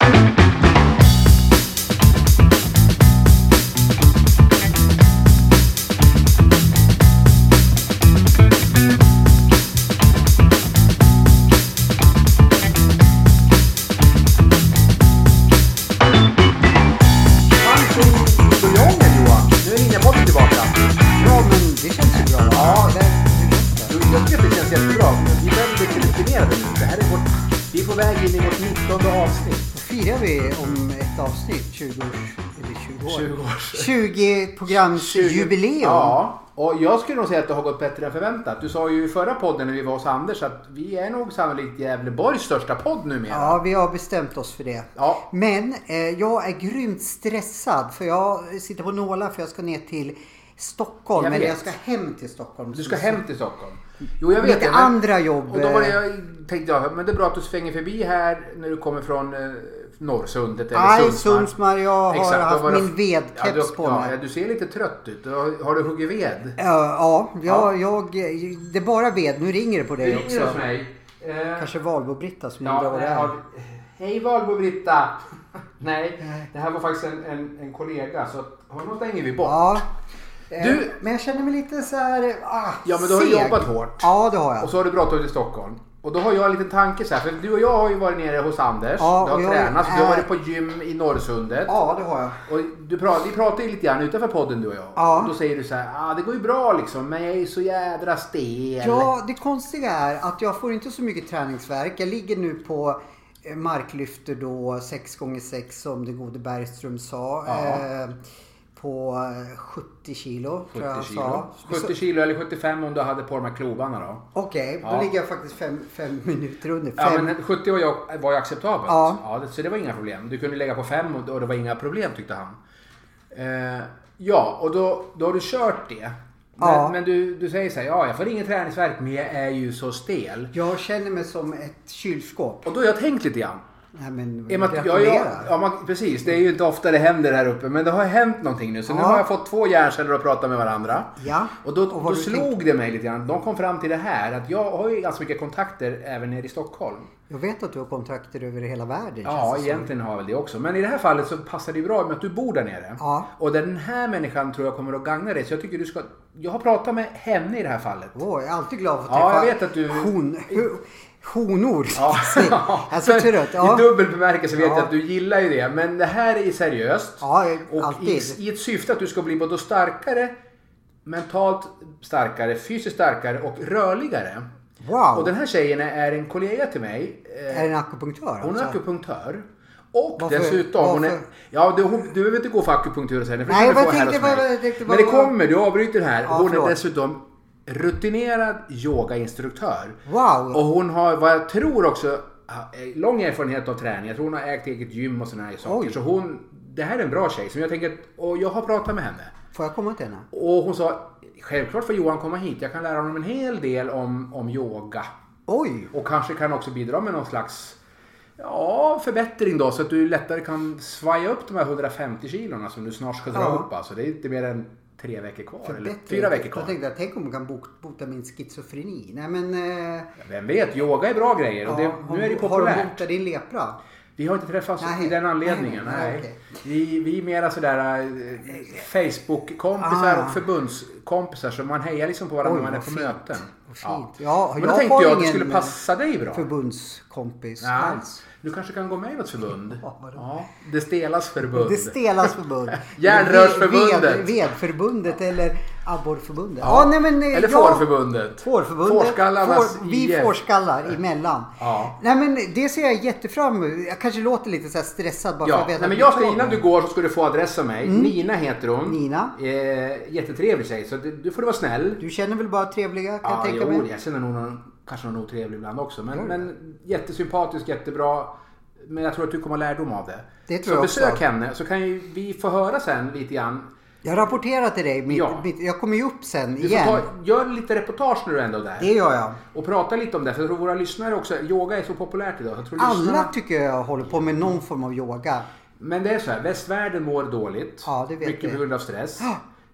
ett avsnitt 20 programsjubileum. Ja, och jag skulle nog säga att det har gått bättre än förväntat. Du sa ju i förra podden när vi var hos Anders att vi är nog sannolikt Gävleborgs största podd numera. Ja, vi har bestämt oss för det. Ja. Men jag är grymt stressad för jag sitter på nålar för jag ska ner till Stockholm. Eller jag ska hem till Stockholm. Du ska hem till Stockholm? Jo, jag vet. Lite andra jobb. Och då var det, jag tänkte, men det är bra att du svänger förbi här när du kommer från Norrsundet eller Sundsmar. Jag har haft min vedkeps på mig. Ja, du ser lite trött ut. Har du huggit ved? Det är bara ved. Nu ringer det på dig också. Det ringer hos mig. Kanske Valbo-Britta som undrar vad det är. Hej Valbo-Britta! Nej, det här var faktiskt en kollega så honom stänger vi bort. Ja. Men jag känner mig lite så här ja, men du har jobbat hårt. Ja, det har jag. Och så har du bråttom till Stockholm. Och då har jag en liten tanke så här, för du och jag har ju varit nere hos Anders. Ja, du har tränat, du har varit på gym i Norrsundet. Ja, det har jag. Och vi pratar ju lite grann utanför podden du och jag. Ja. Och då säger du så här, det går ju bra liksom, men jag är så jädra stel. Ja, det konstiga är att jag får inte så mycket träningsverk. Jag ligger nu på marklyfter då 6x6 som det gode Bergström sa. Ja. På 70 kilo. 70 kilo eller 75 om du hade på de här klobarna då. Okej, då ligger jag faktiskt 5 minuter under. Ja, men 70 var ju acceptabelt. Ja. Så det var inga problem. Du kunde lägga på 5 och det var inga problem tyckte han. Och då har du kört det. Men du säger så här, jag får ingen träningsverk men jag är ju så stel. Jag känner mig som ett kylskåp. Och då har jag tänkt lite grann. Nej, men precis, det är ju inte ofta det händer här uppe, men det har hänt någonting nu. Så nu har jag fått 2 hjärnceller att prata med varandra. Ja. Och då slog det mig lite grann. De kom fram till det här att jag har ju ganska mycket kontakter även nere i Stockholm. Jag vet att du har kontakter över hela världen. Ja, egentligen har jag väl det också. Men i det här fallet så passar det ju bra med att du bor där nere. Ja. Och den här människan tror jag kommer att gagna dig. Så jag tycker jag har pratat med henne i det här fallet. Jag är alltid glad för att träffa. Ja, jag vet att du... Honor. Ja. Alltså, I dubbel bemärkelse vet jag att du gillar ju det. Men det här är seriöst. Ja, och alltid. I ett syfte att du ska bli både starkare, mentalt starkare, fysiskt starkare och rörligare. Wow. Och den här tjejen är en kollega till mig. Är en akupunktör? Hon är akupunktör. Och dessutom du behöver inte gå för akupunktur sen. Nej, jag tänkte men det kommer, du avbryter här. Hon är dessutom rutinerad yogainstruktör. Wow. Och hon har, vad jag tror också, lång erfarenhet av träning. Jag tror hon har ägt eget gym och såna här saker. Oj. Så det här är en bra tjej som jag tänker, och jag har pratat med henne. Får jag komma till henne? Och hon sa, självklart får Johan komma hit. Jag kan lära honom en hel del om yoga. Oj. Och kanske kan också bidra med någon slags förbättring då. Så att du lättare kan svaja upp de här 150 kilorna som du snart ska dra upp. Alltså det är inte mer än 3 veckor kvar. Eller 4 veckor kvar. Jag tänkte, tänk om man kan bota min schizofreni. Nej men... Vem vet, yoga är bra grejer. Och nu är det populärt. Har de botat din lepra? Vi har inte träffats i den anledningen. Nej. Okay. Vi är mera sådär Facebook-kompisar och förbundskompisar. Så man hejar liksom på varandra när man är på möten. Men då tänkte jag att det skulle passa dig bra. Förbundskompis alls. Du kanske kan gå med i något förbund. Det Stelas förbund. Det Stelas förbund. Järnrörsförbundet. Vedförbundet eller abborrförbundet. Eller fårförbundet. Fårskallarnas vi fårskallar emellan. Ja. Nej men det ser jag jättefram emot. Jag kanske låter lite så här stressad bara för att veta. Nej, men jag ska, innan du går så ska du få adress av mig. Nina heter hon. Nina. Jättetrevlig tjej, så du får vara snäll. Du känner väl bara trevliga kan jag tänka mig. Jag känner nog kanske någon otrevlig ibland också. Men jättesympatisk, jättebra. Men jag tror att du kommer lärdom av det. Det tror jag också. Så besök henne så kan ju vi få höra sen lite grann. Jag rapporterar till dig. Jag kommer ju upp sen igen. Gör lite reportage när du ändå där. Det gör jag. Och prata lite om det. För jag tror våra lyssnare också. Yoga är så populärt idag. Alla tycker jag håller på med någon form av yoga. Men det är så här. Västvärlden mår dåligt. Ja, det vet mycket på grund av stress.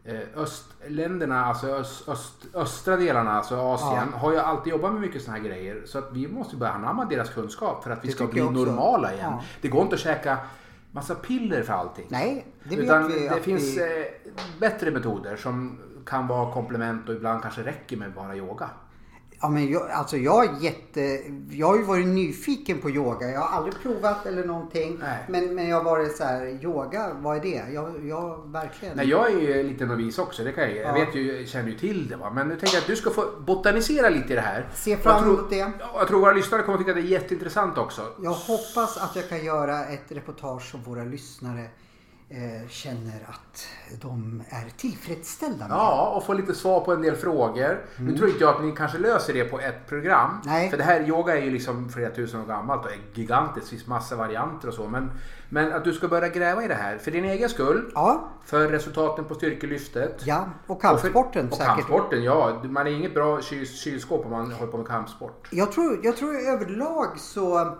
östländerna, alltså östra delarna, alltså Asien, har ju alltid jobbat med mycket såna här grejer. Så att vi måste börja anamma deras kunskap för att vi ska bli normala igen. Ja. Det går inte att käka massa piller för allting. Nej, det vet utan vi. Det finns bättre metoder som kan vara komplement och ibland kanske räcker med bara yoga. Ja, men jag har ju varit nyfiken på yoga. Jag har aldrig provat eller någonting. Men jag har varit så här, yoga, vad är det? Jag verkligen. Nej, jag är ju lite novis också, det kan jag. Jag vet ju, känner ju till det, va? Men nu tänker jag att du ska få botanisera lite i det här. Se fram emot det. Jag tror våra lyssnare kommer att tycka att det är jätteintressant också. Jag hoppas att jag kan göra ett reportage som våra lyssnare känner att de är tillfredsställda med. Ja, och få lite svar på en del frågor. Nu tror inte jag att ni kanske löser det på ett program. Nej. För det här, yoga är ju liksom flera tusen år gammalt och är gigantiskt. Det finns massa varianter och så. Men att du ska börja gräva i det här för din egen skull. Ja. För resultaten på styrkelyftet. Ja, och kampsporten och säkert. Kampsporten, ja. Man är inget bra kylskåp om man håller på med kampsport. Jag tror överlag så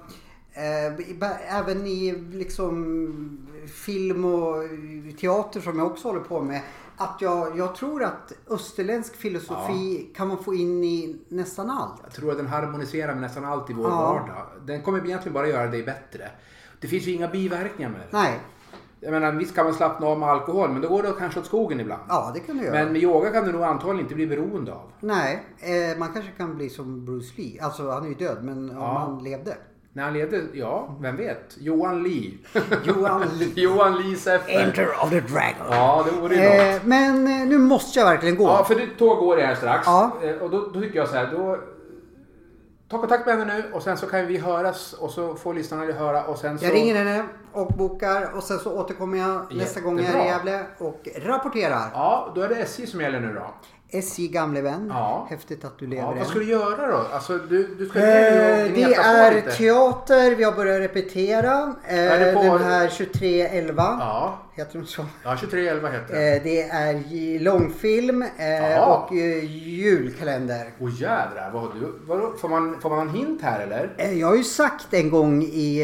även i liksom film och teater som jag också håller på med, att jag tror att österländsk filosofi kan man få in i nästan allt. Jag tror att den harmoniserar med nästan allt i vår vardag. Den kommer egentligen bara göra dig bättre. Det finns ju inga biverkningar med det. Nej. Jag menar, visst kan man slappna av med alkohol, men då går det kanske åt skogen ibland. Ja, det kan du göra. Men med yoga kan du nog antagligen inte bli beroende av. Nej, man kanske kan bli som Bruce Lee. Alltså, han är ju död, men om han levde. När han levde, ja, vem vet? Johan Lee. Johan Lee Seffer. Enter of the Dragon. Ja, det vore ju något. Men nu måste jag verkligen gå. Ja, för det tåg går det här strax. Ja. Och då tycker jag så här, då ta kontakt med henne nu och sen så kan vi höras och så får lyssnarna höra och sen så... Jag ringer henne och bokar och sen så återkommer jag nästa gång jag är i Gävle och rapporterar. Ja, då är det SJ som gäller nu då. SJ gamle vän. Ja. Häftigt att du lever än. Vad ska du göra då? Alltså du ska det är teater, vi har börjat repetera. Är det på... Den här 2311. Ja. Heter de så? Ja, 2311 heter det. Det är långfilm och julkalender. Åh jädrar, får man en hint här eller? Jag har ju sagt en gång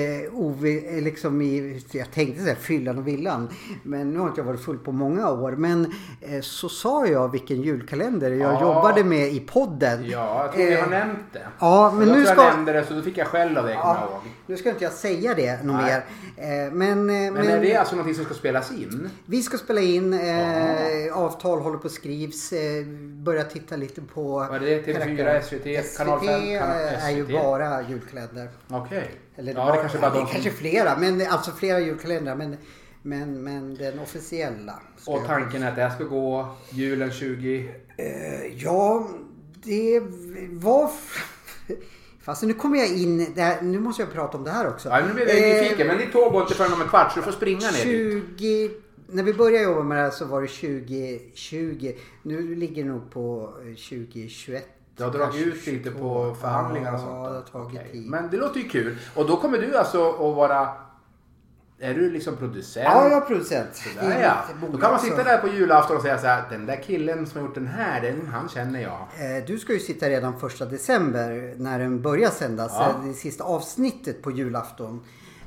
jag tänkte säga fyllan och villan, men nu har inte jag varit full på många år, men så sa jag vilken julkalender jag jobbade med i podden. Ja, jag tror jag har nämnt det. Ja, men nu jag nämnde det, så då fick jag skäll av det, kommer jag ihåg. Nu ska inte jag säga det något mer. Men är det alltså någonting som ska spelas in? Vi ska spela in, avtal håller på att skrivs, börja titta lite på... Vad är det? TV4, SVT, Kanal 5? är ju bara julkalender. Okej. Eller ja, det kanske bara de kanske flera, men alltså flera julkalendrar, men den officiella. Och tanken är att det här ska gå julen 20? Ja, det var... Fast nu kommer jag in där, nu måste jag prata om det här också. Ja, nu blir jag nyfiken, men ditt tåg går inte förrän om en kvart så du får springa ner dit. När vi började jobba med det här så var det 2020. Nu ligger det nog på 2021. Du har dragit ut lite på förhandlingar och sånt. Ja, det har tagit tid. Men det låter ju kul. Och då kommer du alltså att vara... Är du liksom producent? Ja, jag är producent. Ja. Då kan man sitta där på julafton och säga så här: den där killen som har gjort den här, han känner jag. Du ska ju sitta redan 1 december när den börjar sändas. Det sista avsnittet på julafton.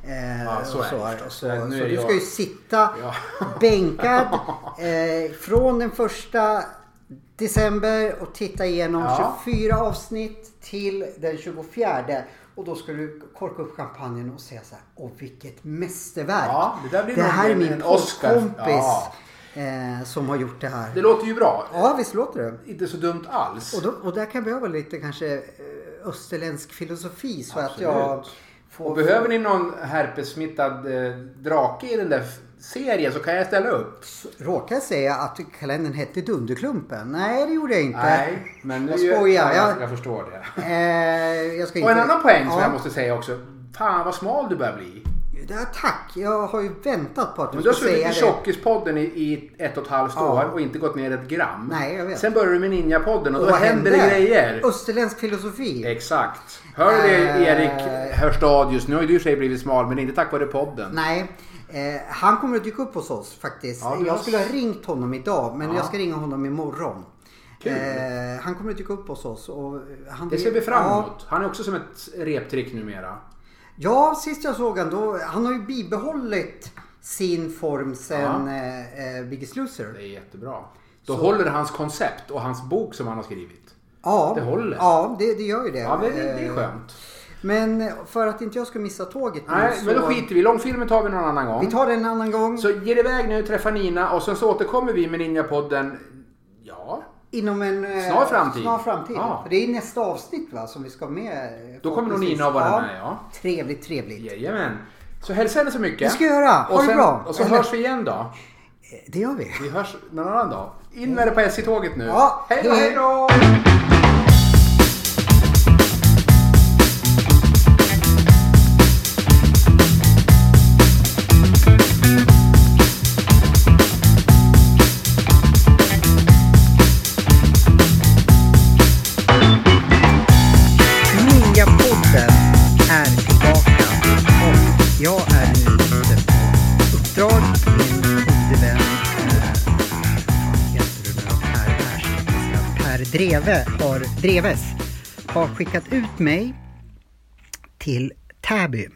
Så du ska ju sitta bänkad från den 1 december och titta igenom 24 avsnitt till den 24. Och då ska du korka upp champagnen och säga så här: åh, vilket mästerverk. Ja, det här är min postkompis som har gjort det här. Det låter ju bra. Ja, visst låter det. Inte så dumt alls. Och där kan jag behöva lite kanske österländsk filosofi. Så absolut. Att jag får... Och behöver ni någon herpessmittad drake i den där serien så kan jag ställa upp. Råkar jag säga att kalendern hette Dunderklumpen? Nej, det gjorde jag inte. Nej, men nu jag skojar. Jag förstår det. Jag ska och en annan poäng som jag måste säga också. Fan vad smal du börjar bli. Tack, jag har ju väntat på att du ska säga det. Du har suttit i Tjockispodden i 1,5 år och inte gått ner ett gram. Nej, jag vet. Sen börjar du med Ninjapodden och då händer det grejer. Österländsk filosofi. Exakt. Hör du det, Erik Hörstadius? Nu har ju du i sig blivit smal, men inte tack vare podden. Nej. Han kommer att dyka upp hos oss faktiskt. Jag skulle ha ringt honom idag, men jag ska ringa honom imorgon. Han kommer att dyka upp hos oss. Och det ser vi fram emot. Han är också som ett reptrick numera. Ja, sist jag såg han har ju bibehållit sin form sen Biggest Loser. Det är jättebra. Då håller hans koncept och hans bok som han har skrivit. Ja, det håller. Ja, det gör ju det. Ja, det är skönt. Men för att inte jag ska missa tåget nu, nej, men då skiter vi. Långfilmen tar vi någon annan gång. Vi tar den en annan gång. Så ge iväg nu, träffa Nina och sen så återkommer vi med Ninjapodden. Inom en snar framtid. Ja. Det är nästa avsnitt va, som vi ska med. Då kommer nog Nina att vara med, ja. Trevligt. Jajamän. Så hälsa henne så mycket. Det ska jag göra. Ha det bra. Och så hörs vi igen då. Det gör vi. Vi hörs någon annan dag. In med det på SJ-tåget nu. Ja. Hej då! Ninjapodden är tillbaka och jag är nu ute på uppdrag. Min gode vän Per Dreves har skickat ut mig till Täby.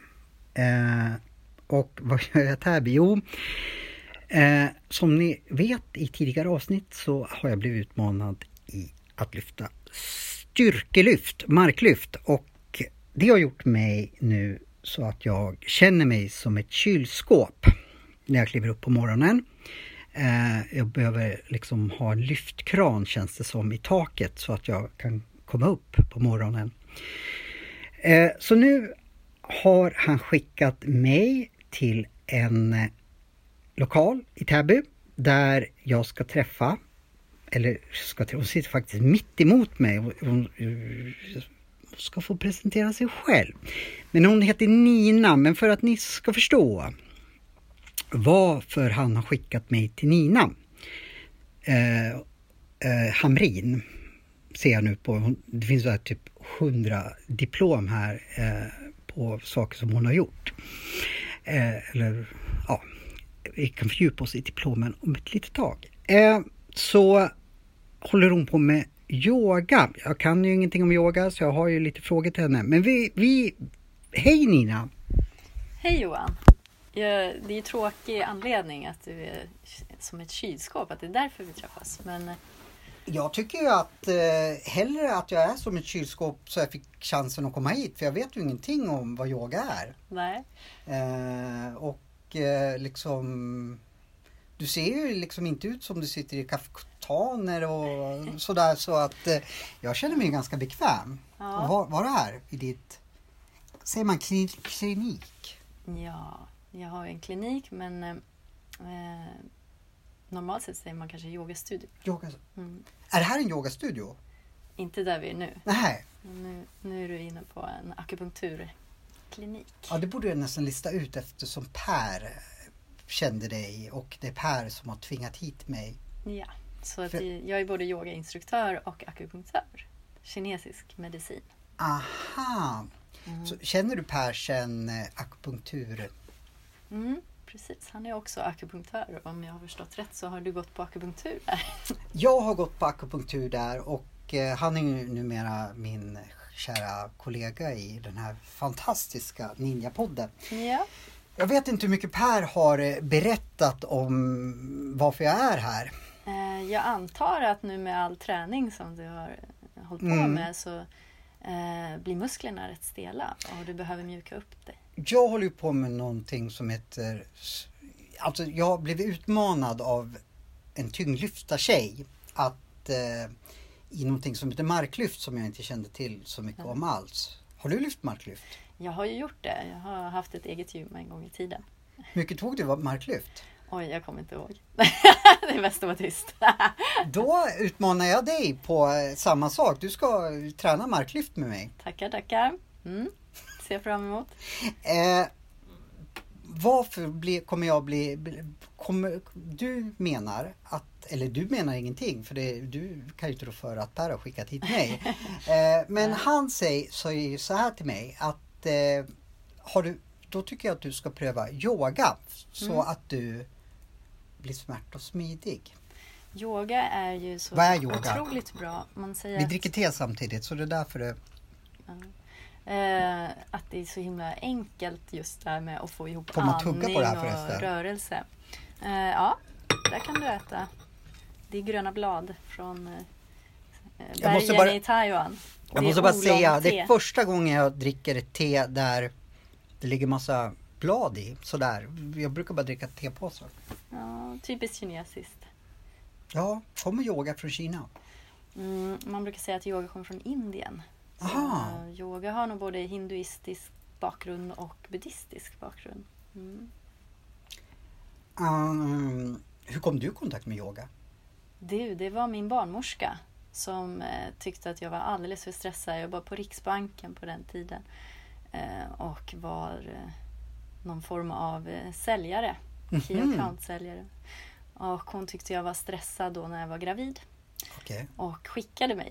Och vad gör jag i Täby? Jo, som ni vet i tidigare avsnitt så har jag blivit utmanad i att lyfta styrkelyft, marklyft, och det har gjort mig nu så att jag känner mig som ett kylskåp när jag kliver upp på morgonen. Jag behöver liksom ha en lyftkran, känns det som, i taket så att jag kan komma upp på morgonen. Så nu har han skickat mig till en lokal i Täby där jag ska träffa, hon sitter faktiskt mitt emot mig och hon ska få presentera sig själv. Men hon heter Nina, men för att ni ska förstå varför han har skickat mig till Nina Hamrin ser jag nu på, det finns så här typ 100 diplom här på saker som hon har gjort. Vi kan fördjupa oss i diplomen om ett litet tag. Så håller hon på med yoga. Jag kan ju ingenting om yoga så jag har ju lite frågor till henne. Men hej Nina! Hej Johan! Det är ju tråkig anledning att du är som ett kylskåp, att det är därför vi träffas. Men jag tycker ju att hellre att jag är som ett kylskåp så jag fick chansen att komma hit. För jag vet ju ingenting om vad yoga är. Nej. Liksom, du ser ju liksom inte ut som du sitter i kaftaner och sådär, så att jag känner mig ganska bekväm. Ja. Och var är i ditt, säger man klinik? Ja, jag har en klinik, men normalt sett säger man kanske yogastudio. Är det här en yogastudio? Inte där vi är nu. Nej. Nu är du inne på en akupunkturklinik. Ja, det borde jag nästan lista ut eftersom Per kände dig och det är Per som har tvingat hit mig. Ja, så att jag är både yogainstruktör och akupunktör. Kinesisk medicin. Aha. Så känner du Per sen akupunktur? Precis, han är också akupunktör. Om jag har förstått rätt så har du gått på akupunktur där. Jag har gått på akupunktur där och han är ju numera min kära kollega i den här fantastiska Ninjapodden. Ja. Jag vet inte hur mycket Per har berättat om varför jag är här. Jag antar att nu med all träning som du har hållit på med så blir musklerna rätt stela och du behöver mjuka upp dig. Jag håller på med någonting som heter, alltså jag blev utmanad av en tyngdlyftartjej att i någonting som heter marklyft som jag inte kände till så mycket om alls. Har du lyft marklyft? Jag har ju gjort det. Jag har haft ett eget gym en gång i tiden. Hur mycket tog du marklyft? Oj, jag kommer inte ihåg. Det är bäst att vara tyst. Då utmanar jag dig på samma sak. Du ska träna marklyft med mig. Tackar. Ser fram emot. Varför kommer jag bli... du menar att... Eller du menar ingenting. För du kan ju inte rå för att Per har skickat hit mig. Men han säger så här till mig. Att då tycker jag att du ska pröva yoga. Så att du blir smärt och smidig. Yoga är ju så otroligt bra. Man säger vi dricker te samtidigt så det är därför det... att det är så himla enkelt just där med att få ihop andning och rörelse. Ja, där kan du äta det är gröna blad från bergen i Taiwan. Jag måste bara säga, det är första gången jag dricker ett te där det ligger massa blad i. Sådär. Jag brukar bara dricka tepåsar. Ja, typiskt kinesiskt. Ja, kommer yoga från Kina? Man brukar säga att yoga kommer från Indien. Yoga har nog både hinduistisk bakgrund och buddhistisk bakgrund. Hur kom du i kontakt med yoga? Det var min barnmorska som tyckte att jag var alldeles för stressad. Jag jobbade på Riksbanken på den tiden och var någon form av säljare, key account-säljare. Och hon tyckte jag var stressad då när jag var gravid. Okay. Och skickade mig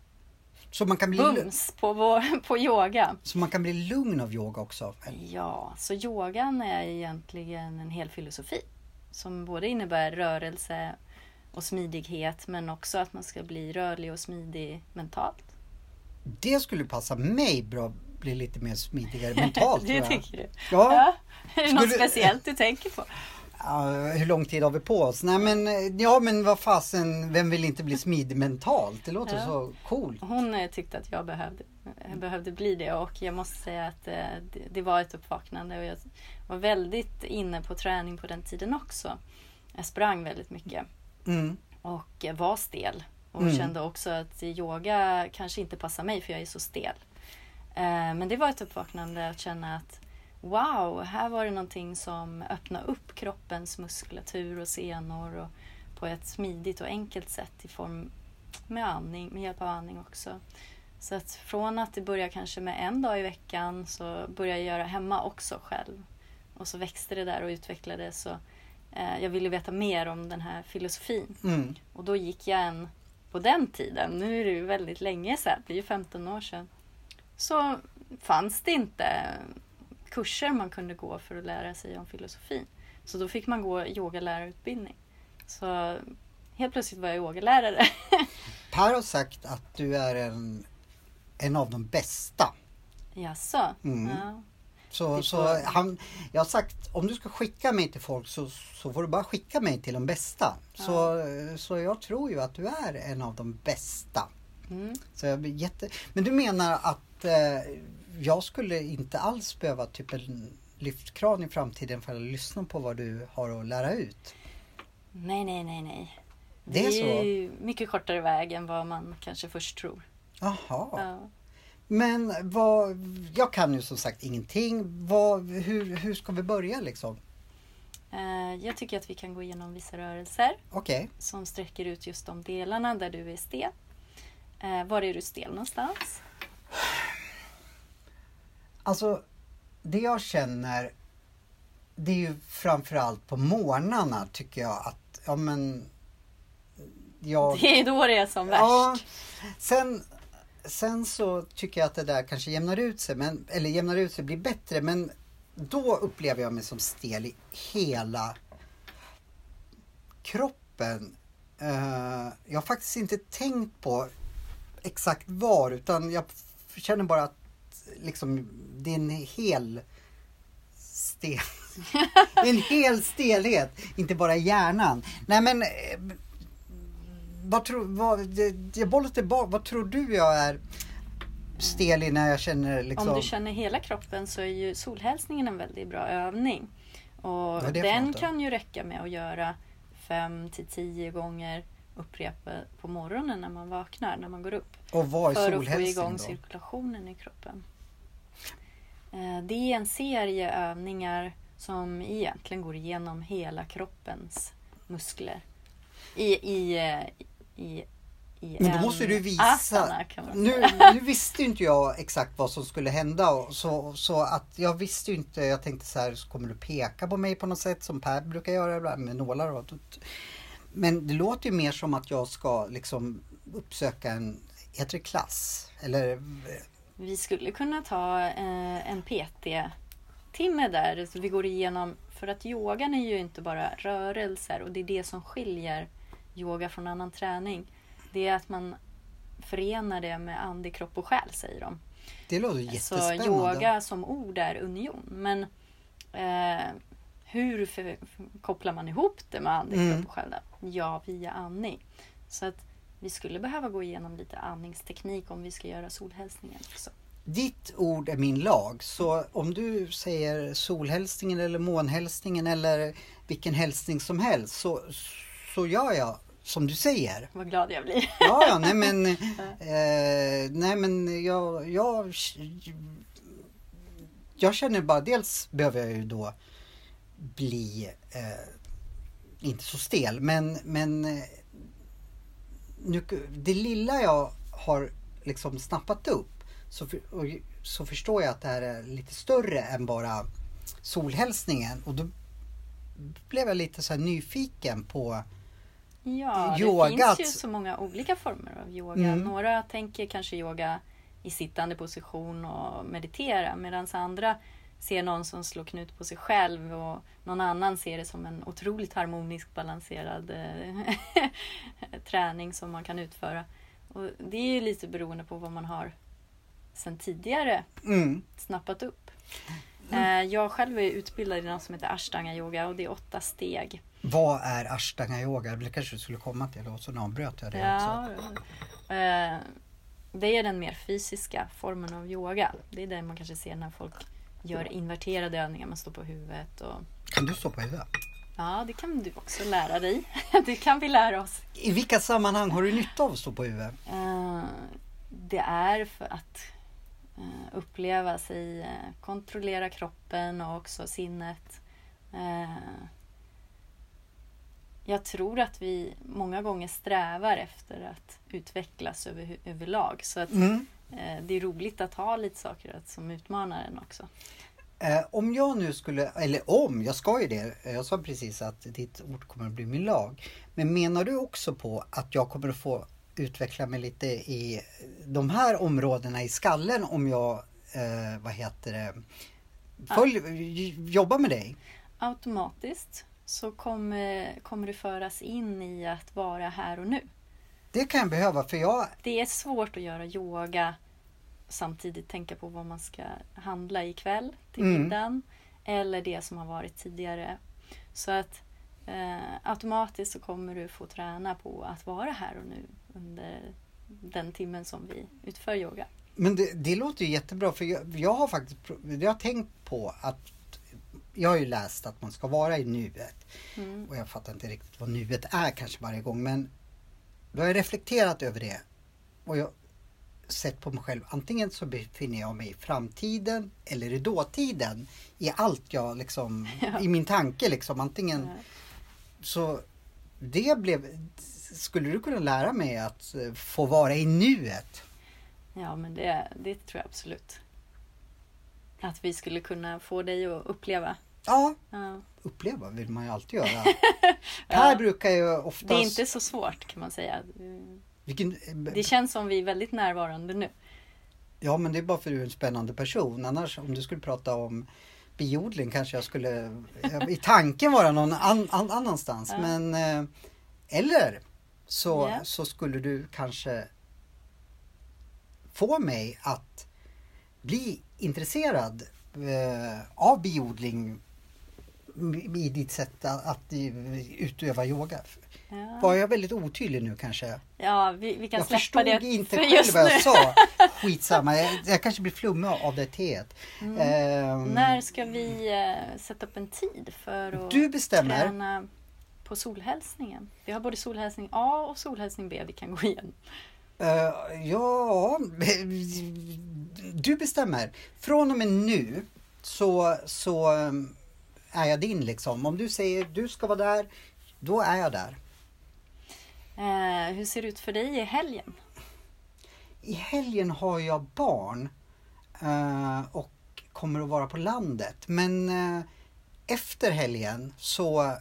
så man kan bli bums på yoga. Så man kan bli lugn av yoga också? Ja, så yogan är egentligen en hel filosofi som både innebär rörelse och smidighet, men också att man ska bli rörlig och smidig mentalt. Det skulle passa mig bra att bli lite mer smidigare mentalt. Det tycker du? Ja. Är det något speciellt du tänker på? Hur lång tid har vi på oss? Nej men vad fasen, vem vill inte bli smidig mentalt? Det låter så coolt. Hon tyckte att jag behövde bli det, och jag måste säga att det var ett uppvaknande, och jag var väldigt inne på träning på den tiden också. Jag sprang väldigt mycket och var stel och kände också att yoga kanske inte passar mig för jag är så stel. Men det var ett uppvaknande att känna att wow, här var det någonting som öppnade upp kroppens muskulatur och senor och på ett smidigt och enkelt sätt i form med hjälp av andning också. Så att från att det började kanske med en dag i veckan så började jag göra hemma också själv. Och så växte det där och utvecklades, så jag ville veta mer om den här filosofin. Och då gick jag på den tiden, nu är det ju väldigt länge sedan, det är ju 15 år sedan, så fanns det inte kurser man kunde gå för att lära sig om filosofin. Så då fick man gå yogalärarutbildning. Så helt plötsligt var jag yogalärare. Per har sagt att du är en av de bästa. Jaså? Ja. Så jag har sagt, om du ska skicka mig till folk så får du bara skicka mig till de bästa. Så jag tror ju att du är en av de bästa. Så jag blir Men du menar att jag skulle inte alls behöva typ en lyftkran i framtiden för att lyssna på vad du har att lära ut? Nej. Det är ju mycket kortare väg än vad man kanske först tror. Jaha. Ja. Men jag kan ju som sagt ingenting. Hur ska vi börja liksom? Jag tycker att vi kan gå igenom vissa rörelser. Okay. Som sträcker ut just de delarna där du är stel. Var är du stel någonstans? Alltså, det jag känner, det är ju framförallt på morgnarna tycker jag att, det är då det är som värst. Ja, sen så tycker jag att det där kanske jämnar ut sig, blir bättre, men då upplever jag mig som stel i hela kroppen. Jag har faktiskt inte tänkt på exakt var, utan jag känner bara att liksom, det är en hel stelhet, inte bara hjärnan. Nej men vad tror du jag är stel i när jag känner liksom... Om du känner hela kroppen så är ju solhälsningen en väldigt bra övning. Och den kan ju räcka med att göra 5-10 gånger, upprepa på morgonen när man vaknar, när man går upp. Och vad är för solhälsning att få igång då? Cirkulationen i kroppen. Det är en serie övningar som egentligen går igenom hela kroppens muskler. Men då måste du visa. Asana, kan man säga. Nu visste inte jag exakt vad som skulle hända. Så att jag visste inte. Jag tänkte så här, så kommer du peka på mig på något sätt som Per brukar göra med nålar. Men det låter ju mer som att jag ska liksom uppsöka en klass. Eller... Vi skulle kunna ta en PT-timme där. Så vi går igenom, för att yogan är ju inte bara rörelser, och det är det som skiljer yoga från annan träning. Det är att man förenar det med ande, kropp och själ, säger de. Det låter jättespännande. Så yoga som ord är union. Men hur kopplar man ihop det med andning, kropp och själ? Ja, via andning. Så att vi skulle behöva gå igenom lite andningsteknik om vi ska göra solhälsningen också. Ditt ord är min lag, så om du säger solhälsningen eller månhälsningen eller vilken hälsning som helst så gör jag som du säger. Vad glad jag blir. Ja, nej men jag känner bara, dels behöver jag ju då bli inte så stel, men nu, det lilla jag har liksom snappat upp så förstår jag att det här är lite större än bara solhälsningen, och då blev jag lite så här nyfiken på yoga. Det finns ju så många olika former av yoga. Några tänker kanske yoga i sittande position och meditera, medan andra ser någon som slår knut på sig själv, och någon annan ser det som en otroligt harmonisk balanserad träning som man kan utföra. Och det är ju lite beroende på vad man har sen tidigare snappat upp. Jag själv är utbildad i något som heter Ashtanga yoga, och det är 8 steg. Vad är Ashtanga yoga? Det kanske du skulle komma till, och så avbröt jag det också. Det är den mer fysiska formen av yoga. Det är det man kanske ser när folk gör inverterade övningar. Man står på huvudet. Kan du stå på huvudet? Ja, det kan du också lära dig. Det kan vi lära oss. I vilka sammanhang har du nytta av att stå på huvudet? Det är för att uppleva sig, kontrollera kroppen och också sinnet. Jag tror att vi många gånger strävar efter att utvecklas överlag. Så att det är roligt att ha lite saker som utmanar en också. Om jag nu skulle, jag ska ju det. Jag sa precis att ditt ord kommer att bli min lag. Men menar du också på att jag kommer att få utveckla mig lite i de här områdena i skallen om jag jobbar med dig? Automatiskt så kommer du föras in i att vara här och nu. Det kan jag behöva, för det är svårt att göra yoga samtidigt tänka på vad man ska handla ikväll till middagen eller det som har varit tidigare. Så att automatiskt så kommer du få träna på att vara här och nu under den timmen som vi utför yoga. Men det låter ju jättebra, för jag har tänkt på att jag har ju läst att man ska vara i nuet. Och jag fattar inte riktigt vad nuet är kanske varje gång, men då har jag reflekterat över det. Och jag har sett på mig själv, antingen så befinner jag mig i framtiden eller i dåtiden. I allt jag liksom, i min tanke liksom, antingen. Så skulle du kunna lära mig att få vara i nuet? Ja, men det tror jag absolut. Att vi skulle kunna få dig att uppleva. Ja. Uppleva vill man ju alltid göra. Här brukar jag oftast... Det är inte så svårt kan man säga. Det känns som vi är väldigt närvarande nu. Ja, men det är bara för att du är en spännande person. Annars, om du skulle prata om biodling kanske jag skulle i tanken vara någon annanstans. Men eller så skulle du kanske få mig att bli intresserad av biodling i ditt sätt att utöva yoga. Var jag väldigt otydlig nu kanske? Ja, vi kan släppa det. Jag förstod inte själv vad jag sa. Skitsamma, jag kanske blir flummig av det teet. När ska vi sätta upp en tid för att träna på solhälsningen? Vi har både solhälsning A och solhälsning B vi kan gå igenom. Ja, du bestämmer. Från och med nu så är jag din liksom. Om du säger du ska vara där, då är jag där. Hur ser det ut för dig i helgen? I helgen har jag barn och kommer att vara på landet. Men efter helgen så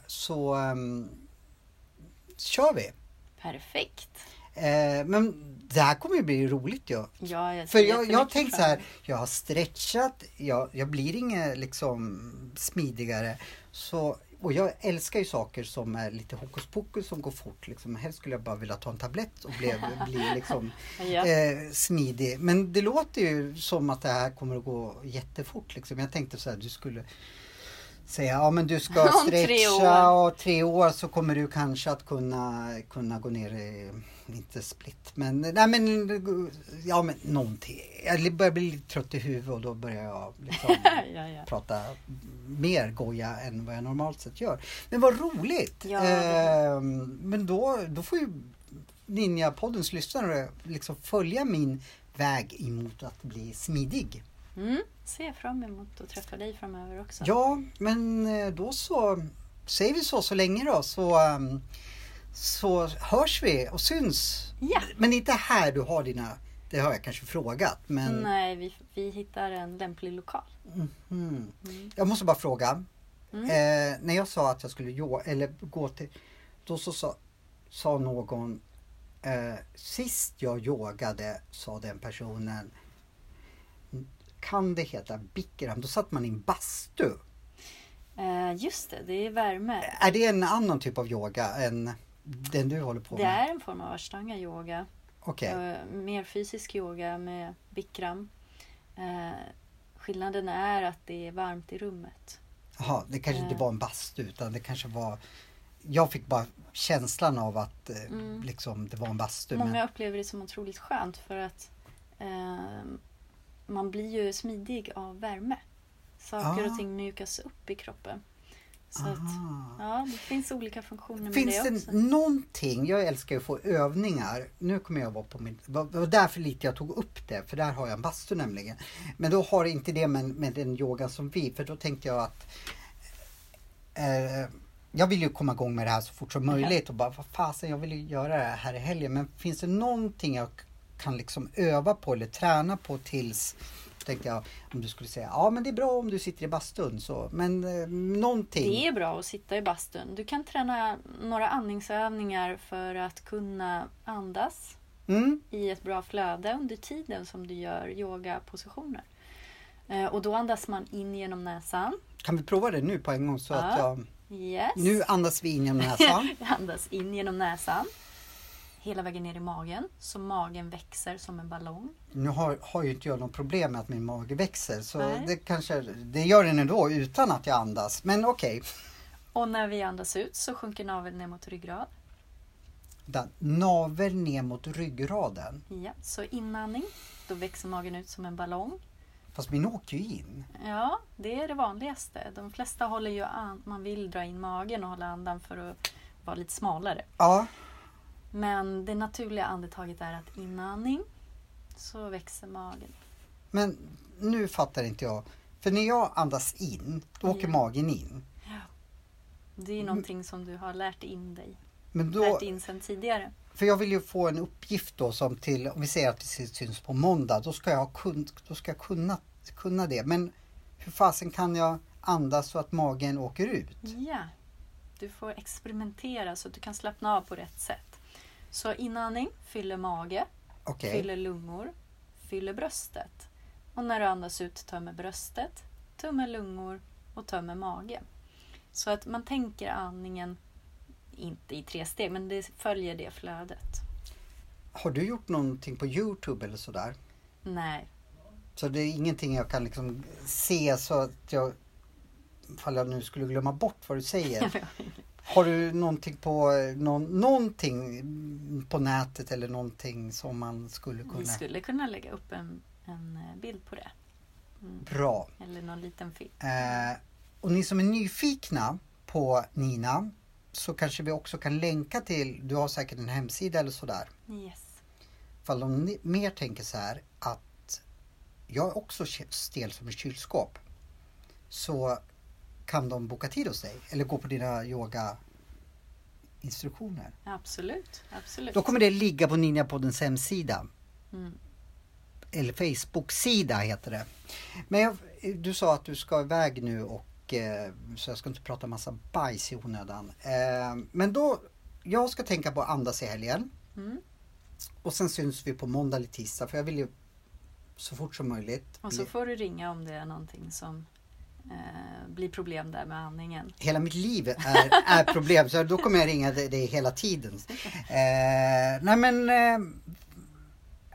kör vi. Perfekt. Men det här kommer ju bli roligt ju. Ja, för jag har tänkt så här, jag har stretchat, jag blir inget liksom smidigare. Och jag älskar ju saker som är lite hokus pokus som går fort. Liksom. Helst skulle jag bara vilja ta en tablett och bli liksom, smidig. Men det låter ju som att det här kommer att gå jättefort. Liksom. Jag tänkte så här, du skulle säga, ja men du ska stretcha och 3 år så kommer du kanske att kunna gå ner i, inte split, men nej men, ja men någonting. Jag börjar bli lite trött i huvudet och då börjar jag liksom prata mer goja än vad jag normalt sett gör. Men vad roligt! Ja. Men då får ju Ninja-poddens lyssnare liksom följa min väg emot att bli smidig. Ser fram emot att träffa dig framöver också. Ja, men då så säger vi så länge då, så hörs vi och syns. Ja. Men inte här du har dina, det har jag kanske frågat. Men... Nej, vi hittar en lämplig lokal. Jag måste bara fråga. När jag sa att jag skulle gå till, då så sa någon, sist jag yogade, sa den personen, kan det heta Bikram? Då satt man i en bastu. Just det är värme. Är det en annan typ av yoga än den du håller på med? Det är en form av ashtanga yoga. Okay. Mer fysisk yoga med Bikram. Skillnaden är att det är varmt i rummet. Jaha, det kanske inte var en bastu utan det kanske var... Jag fick bara känslan av att liksom, det var en bastu. Många upplever det som otroligt skönt för att man blir ju smidig av värme. Saker och ting mjukas upp i kroppen. Så att, det finns olika funktioner med finns det också. Det någonting, jag älskar ju att få övningar. Nu kommer jag vara på min, det var därför lite jag tog upp det, för där har jag en bastu nämligen. Men då har inte det med den yogan som för då tänkte jag att jag vill ju komma igång med det här så fort som möjligt och bara, vad fasen, jag vill ju göra det här i helgen. Men finns det någonting jag kan liksom öva på eller träna på tills, tänkte jag, om du skulle säga, ja men det är bra om du sitter i bastun så, men någonting. Det är bra att sitta i bastun. Du kan träna några andningsövningar för att kunna andas i ett bra flöde under tiden som du gör yogapositioner. Och då andas man in genom näsan. Kan vi prova det nu på en gång så att jag... Yes. Nu andas vi in genom näsan. Andas in genom näsan. Hela vägen ner i magen. Så magen växer som en ballong. Nu har ju inte jag något problem med att min mage växer. Så det gör den ändå utan att jag andas. Men okej. Och när vi andas ut så sjunker naveln ner mot ryggrad. Naveln ner mot ryggraden? Ja, så inandning. Då växer magen ut som en ballong. Fast min åker ju in. Ja, det är det vanligaste. De flesta håller ju man vill dra in magen och hålla andan för att vara lite smalare. Ja. Men det naturliga andetaget är att inandning så växer magen. Men nu fattar inte jag. För när jag andas in, då åker magen in. Ja. Det är någonting som du har lärt in dig. Men då, lärt in sedan tidigare. För jag vill ju få en uppgift då som till, om vi säger att det syns på måndag, då ska jag kunna det. Men hur fasen kan jag andas så att magen åker ut? Ja, du får experimentera så att du kan slappna av på rätt sätt. Så inandning fyller mage, fyller lungor, fyller bröstet. Och när du andas ut tömmer bröstet, tömmer lungor och tömmer mage. Så att man tänker andningen inte i 3 steg, men det följer det flödet. Har du gjort någonting på YouTube eller sådär? Nej. Så det är ingenting jag kan liksom se så att jag, ifall jag nu skulle glömma bort vad du säger. Har du någonting på någonting på nätet eller någonting som man skulle kunna... Vi skulle kunna lägga upp en bild på det. Bra. Eller någon liten film. Och ni som är nyfikna på Nina, så kanske vi också kan länka till, du har säkert en hemsida eller sådär. Yes. Ifall de mer tänker så här att jag är också stel som ett kylskåp, så kan de boka tid hos dig eller gå på dina yoga-instruktioner. Absolut. Då kommer det ligga på Ninja-poddens hemsida. Eller Facebook-sida heter det. Men du sa att du ska iväg nu och så jag ska inte prata massa bajs i onödan. Men då, jag ska tänka på att andas i helgen. Och sen syns vi på måndag eller tisdag, för jag vill ju så fort som möjligt. Och så får du ringa om det är någonting som blir problem där med andningen. Hela mitt liv är problem, så då kommer jag ringa dig hela tiden. Nej men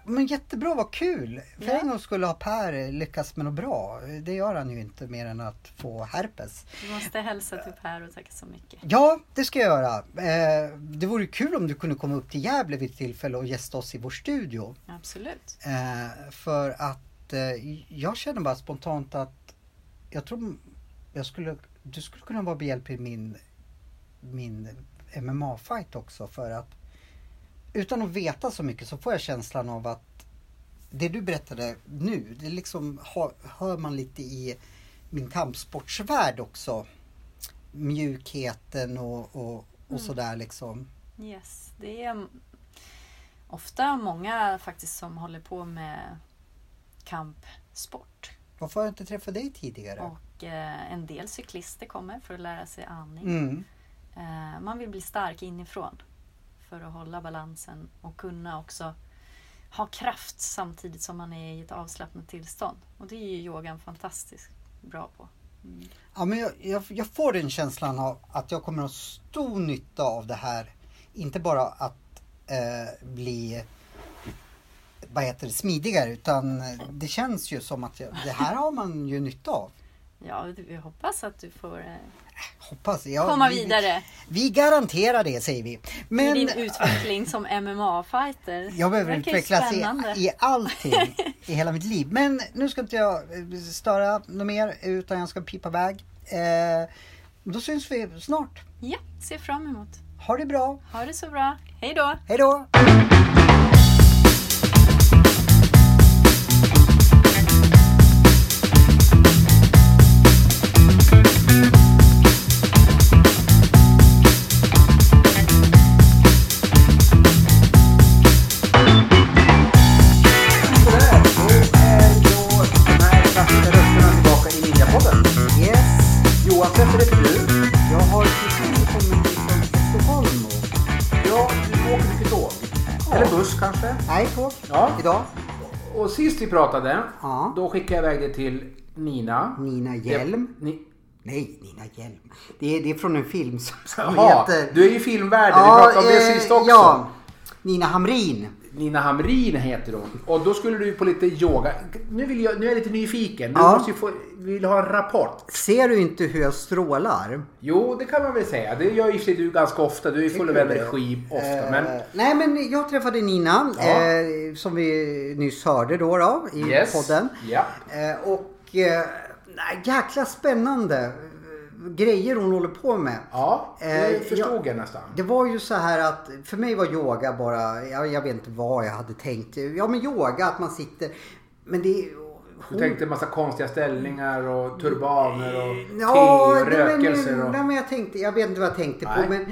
Men jättebra, vad kul. För en gång skulle ha Per lyckas med något bra. Det gör han ju inte mer än att få herpes. Du måste hälsa till Per och tacka så mycket. Ja, det ska jag göra. Det vore kul om du kunde komma upp till Gävle vid tillfälle och gästa oss i vår studio. Absolut. För att jag känner bara spontant att jag tror du skulle kunna vara behjälplig i min MMA-fight också, för att utan att veta så mycket så får jag känslan av att det du berättade nu, det liksom hör man lite i min kampsportsvärld också. Mjukheten och sådär liksom. Yes, det är ofta många faktiskt som håller på med kampsport. Varför har jag inte träffat dig tidigare? Och en del cyklister kommer för att lära sig andning. Man vill bli stark inifrån för att hålla balansen och kunna också ha kraft samtidigt som man är i ett avslappnat tillstånd. Och det är ju yogan fantastiskt bra på. Ja, men jag får den känslan av att jag kommer att ha stor nytta av det här. Inte bara att bli smidigare, utan det känns ju som att det här har man ju nytta av. Ja, vi hoppas att du får komma vidare. Vi garanterar det, säger vi. Men i din utveckling som MMA-fighter. Jag behöver utvecklas i allting i hela mitt liv. Men nu ska inte jag störa något mer, utan jag ska pipa iväg. Då syns vi snart. Ja, ser fram emot. Ha det bra. Ha det så bra. Hej då. Hej då. Nej, tåg. Ja. Idag. Och sist vi pratade, då skickade jag iväg det till Nina. Nina Hjelm. Nej, Nina Hjelm. Det är från en film som heter... Du är ju filmvärden, vi pratade om det sist också. Ja, Nina Hamrin. Nina Hamrin heter hon. Och då skulle du på lite yoga. Nu är jag lite nyfiken. Du måste ju vill ha en rapport. Ser du inte hur jag strålar? Jo, det kan man väl säga. Det gör ju du ganska ofta. Du är full av energi ofta. Nej, men jag träffade Nina. Som vi nyss hörde då i podden. Ja. Jäkla spännande grejer hon håller på med. Ja, det förstod jag nästan. Det var ju så här att för mig var yoga bara, jag vet inte vad jag hade tänkt. Ja, men yoga, att man sitter, men det du tänkte en massa konstiga ställningar och turbaner och te och rökelser. Jag vet inte vad jag tänkte på, men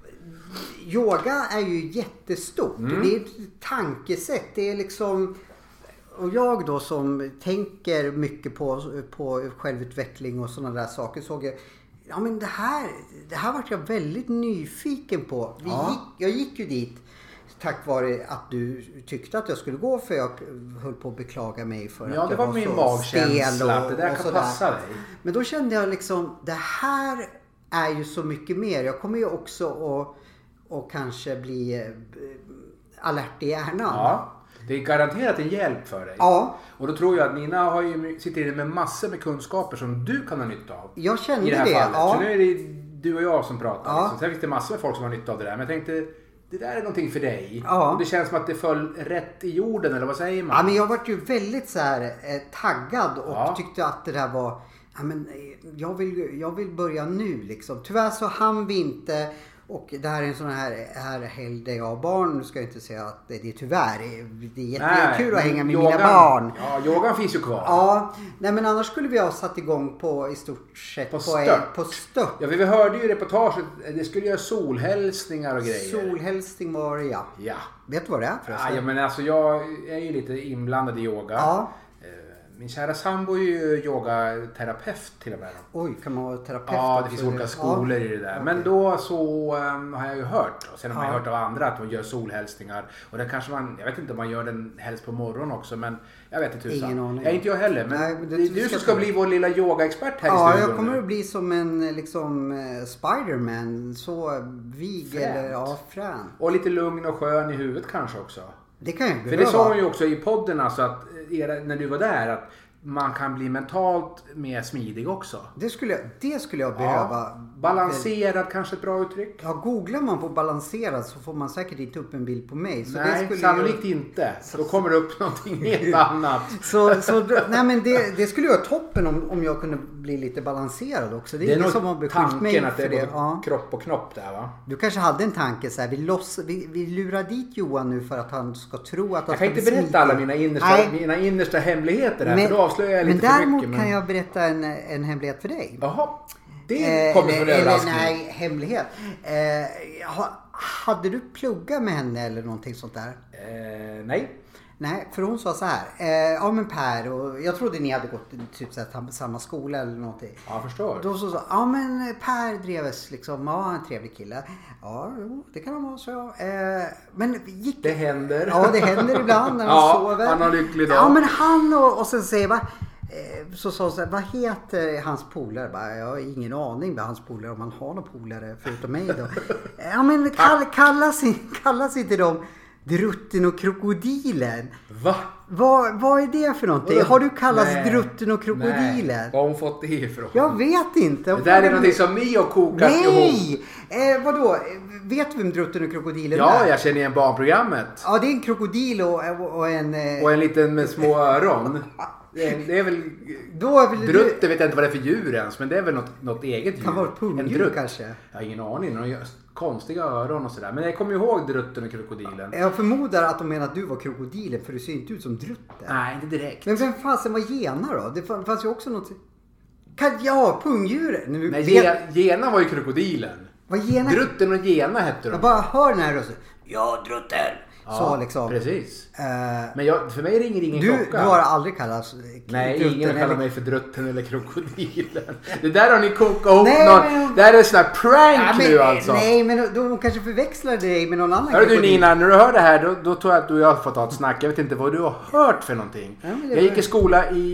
yoga är ju jättestort. Det är ett tankesätt, det är liksom. Och jag då som tänker mycket på självutveckling och sådana där saker, såg jag, ja men det här var jag väldigt nyfiken på. Jag gick ju dit tack vare att du tyckte att jag skulle gå, för jag höll på att beklaga mig för att det jag var min magkänsla att det där kan passa dig. Men då kände jag liksom, det här är ju så mycket mer. Jag kommer ju också att kanske bli alert i hjärnan. Ja. Det är garanterat en hjälp för dig. Ja. Och då tror jag att Nina sitter inne med massor med kunskaper som du kan ha nytta av. Jag kände i det här det. Fallet. Ja. Så nu är det du och jag som pratar. Ja. Sen finns det massor med folk som har nytta av det där. Men jag tänkte, det där är någonting för dig. Ja. Och det känns som att det föll rätt i jorden, eller vad säger man? Ja, men jag var ju väldigt så här taggad och tyckte att det där var, ja men jag vill börja nu liksom. Tyvärr så hann vi inte. Och det här är en sån här helg där jag har barn. Nu ska jag inte säga att det är tyvärr. Det är jättekul att hänga med mina barn. Ja, yogan finns ju kvar. Ja, nej men annars skulle vi ha satt igång på i stort sett på stört. Ja, vi hörde ju reportaget. Det skulle göra solhälsningar och grejer. Solhälsning var det, ja. Vet du vad det är förresten? Ja, men alltså jag är ju lite inblandad i yoga. Ja. Min kära sambo är ju yogaterapeut till och med. Oj, kan man vara terapeut? Ja, det finns olika skolor i det där. Okay. Men då så har jag ju hört. Och sen har man hört av andra att de gör solhälsningar. Och det kanske jag vet inte om man gör den helst på morgonen också. Men jag vet inte tusan. Ingen aning. Inte jag heller. Men det är du som ska bli vår lilla yogaexpert här i studion. Ja, jag kommer att bli som en liksom Spiderman. Så vig eller frän. Och lite lugn och skön i huvudet kanske också. Det kan jag behöva. För det sa hon ju också i podden alltså att när du var där att man kan bli mentalt mer smidig också. Det skulle jag behöva. Balanserad kanske ett bra uttryck. Ja, googlar man på balanserad så får man säkert inte upp en bild på mig. Så nej, det skulle sannolikt inte. Då kommer det upp någonting helt annat. Nej, men det skulle ju vara toppen om jag kunde bli lite balanserad också. Det är nog som har beskyllt mig att det är både kropp och knopp där, va? Du kanske hade en tanke så här, vi lurar dit Johan nu för att han ska tro att han ska bli smidig. Jag kan inte berätta alla mina innersta hemligheter här, för då avslöjar jag lite för mycket. Men däremot kan jag berätta en hemlighet för dig. Jaha. Det kommer från överraskning. Nej, hemlighet. Hade du pluggat med henne eller någonting sånt där? Nej. Nej, för hon sa så här. Ja men Per, och jag trodde ni hade gått typ så här, samma skola eller någonting. Ja, jag förstår. Då så ja men Per Dreves liksom, ja en trevlig kille. Ja, det kan han vara, så jag. Men gick det händer. Ja, det händer ibland när man sover. Han har lycklig dag. Ja, men han och sen säger va. Så sa så här, vad heter hans polare? Jag har ingen aning vad hans polare, om han har någon polare förutom mig då. Ja men kallas inte de Drutten och krokodilen? Va? Vad är det för någonting? Har du kallats Drutten och krokodilen? Nej, vad har hon fått det ifrån? Jag vet inte. Det där är någonting som ni har kokat ihop. Nej! Vadå? Vet du vem Drutten och krokodilen är? Ja, jag känner igen barnprogrammet. Ja, det är en krokodil och en... Och en liten med små öron. Det är väl... Drutten vet jag inte vad det är för djur ens, men det är väl något eget djur. Kan vara ett pungdjur kanske? Jag har ingen aning. De har konstiga öron och sådär. Men jag kommer ihåg Drutten och krokodilen. Jag förmodar att de menar att du var krokodilen, för du ser inte ut som Drutten. Nej, inte direkt. Men vem fasen var Gena då? Det fanns ju också något... Ja, pungdjuret. Nej, Gena var ju krokodilen. Drutten och Gena hette de. Jag bara hör den här rösten. Ja, Drutten. Ja, så liksom. Precis. Men för mig ringer ingen klocka. Du har aldrig kallats Nej, ingen kallar mig för Drutten eller krokodilen. Det där har ni kokat ihop någon. Det här är en sån här prank nu alltså. Nej, men de kanske förväxlar dig med någon annan. Hör du Nina, när du hör det här då tror jag att du och jag får ta ett snack. Jag vet inte vad du har hört för någonting. Jag gick i skola i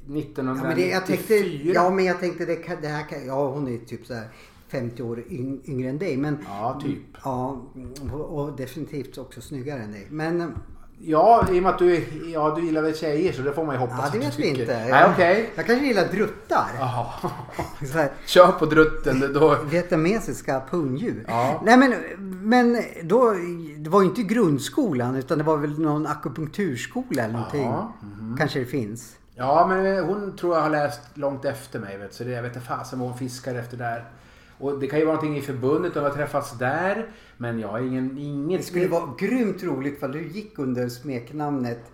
1994. Jag tänkte det här hon är typ så här 50 år yngre än dig, men ja, typ. Ja, och definitivt också snyggare än dig. Men ja, i och med att du gillar väl tjejer, så det får man ju hoppas. Ja, det vet vi inte. Nej, okej. Jag kanske gillar druttar. Ja. Kör på drutten då. Vietnamesiska pungdjur. Ja. Nej, men då det var ju inte grundskolan, utan det var väl någon akupunkturskola eller någonting. Ja. Kanske det finns. Ja, men hon tror jag har läst långt efter mig, vet, så det jag vet inte fasen vad hon fiskar efter där. Och det kan ju vara någonting i förbundet och har träffats där. Men jag har inget... Det skulle vara grymt roligt för du gick under smeknamnet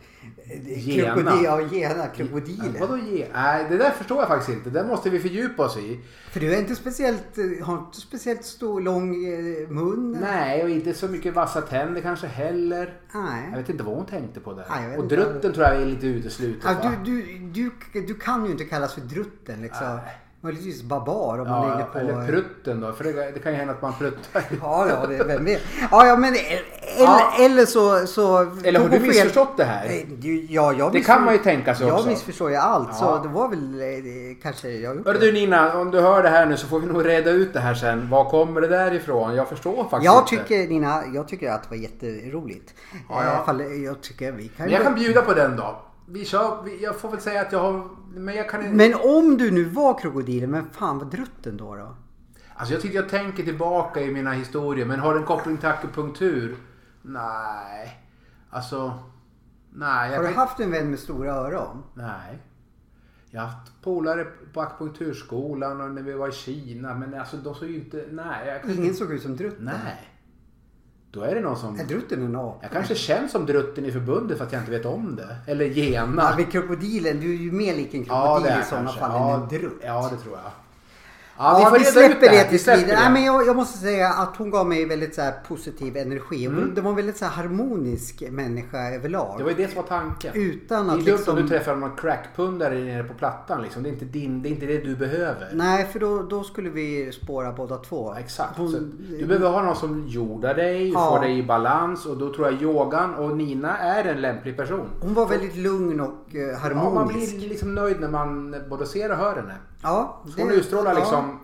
Gena. Krokodilen. Vadå Gena? Nej, det där förstår jag faktiskt inte. Det måste vi fördjupa oss i. För du är inte har inte speciellt stor, lång mun. Nej, och inte så mycket vassa tänder kanske heller. Nej. Jag vet inte vad hon tänkte på där. Nej, och drutten tror jag är lite uteslutet. Ja, du kan ju inte kallas för drutten liksom. Nej. Möjligtvis barbar om man ligger på... eller prutten då, för det kan ju hända att man pruttar. Ja, vem vet. Ja, men eller så... Eller har du missförstått det här? Ja, det kan man ju tänka sig också. Jag missförstår ju allt, så det var väl kanske... Hörru du Nina, om du hör det här nu så får vi nog reda ut det här sen. Var kommer det där ifrån? Jag förstår faktiskt inte. Nina, jag tycker att det var jätteroligt. Ja. I alla fall, jag tycker vi kan... Men jag kan bjuda på den då. Jag får väl säga att jag har... Men om du nu var krokodilen, men fan vad drutten då? Alltså jag tänker tillbaka i mina historier, men har en koppling till akupunktur? Nej. Alltså... Nej. Har du haft en vän med stora öron? Nej. Jag har haft polare på akupunkturskolan och när vi var i Kina, men alltså de såg ju inte... Nej. Ingen såg ut som drutten? Nej. Då är det någon som... Är drutten en apa? Jag kanske känns som drutten i förbundet för att jag inte vet om det. Eller Gena. Ja, men krokodilen, du är ju mer lik en krokodil i sådana fall än en drutt. Ja, det tror jag. Ja, vi släpper det tills vidare. Nej, men jag måste säga att hon gav mig väldigt så här positiv energi. Det var en väldigt så här harmonisk människa överlag. Det var ju det som var tanken. Utan att det är dumt om du träffar någon crackpundare nere på plattan. Liksom. Det är inte det du behöver. Nej, för då skulle vi spåra båda två. Exakt. Du behöver ha någon som jordar dig, får dig i balans. Och då tror jag yogan och Nina är en lämplig person. Hon var väldigt lugn och harmonisk. Ja, man blir liksom nöjd när man både ser och hör henne. Ja, hon utstrålar liksom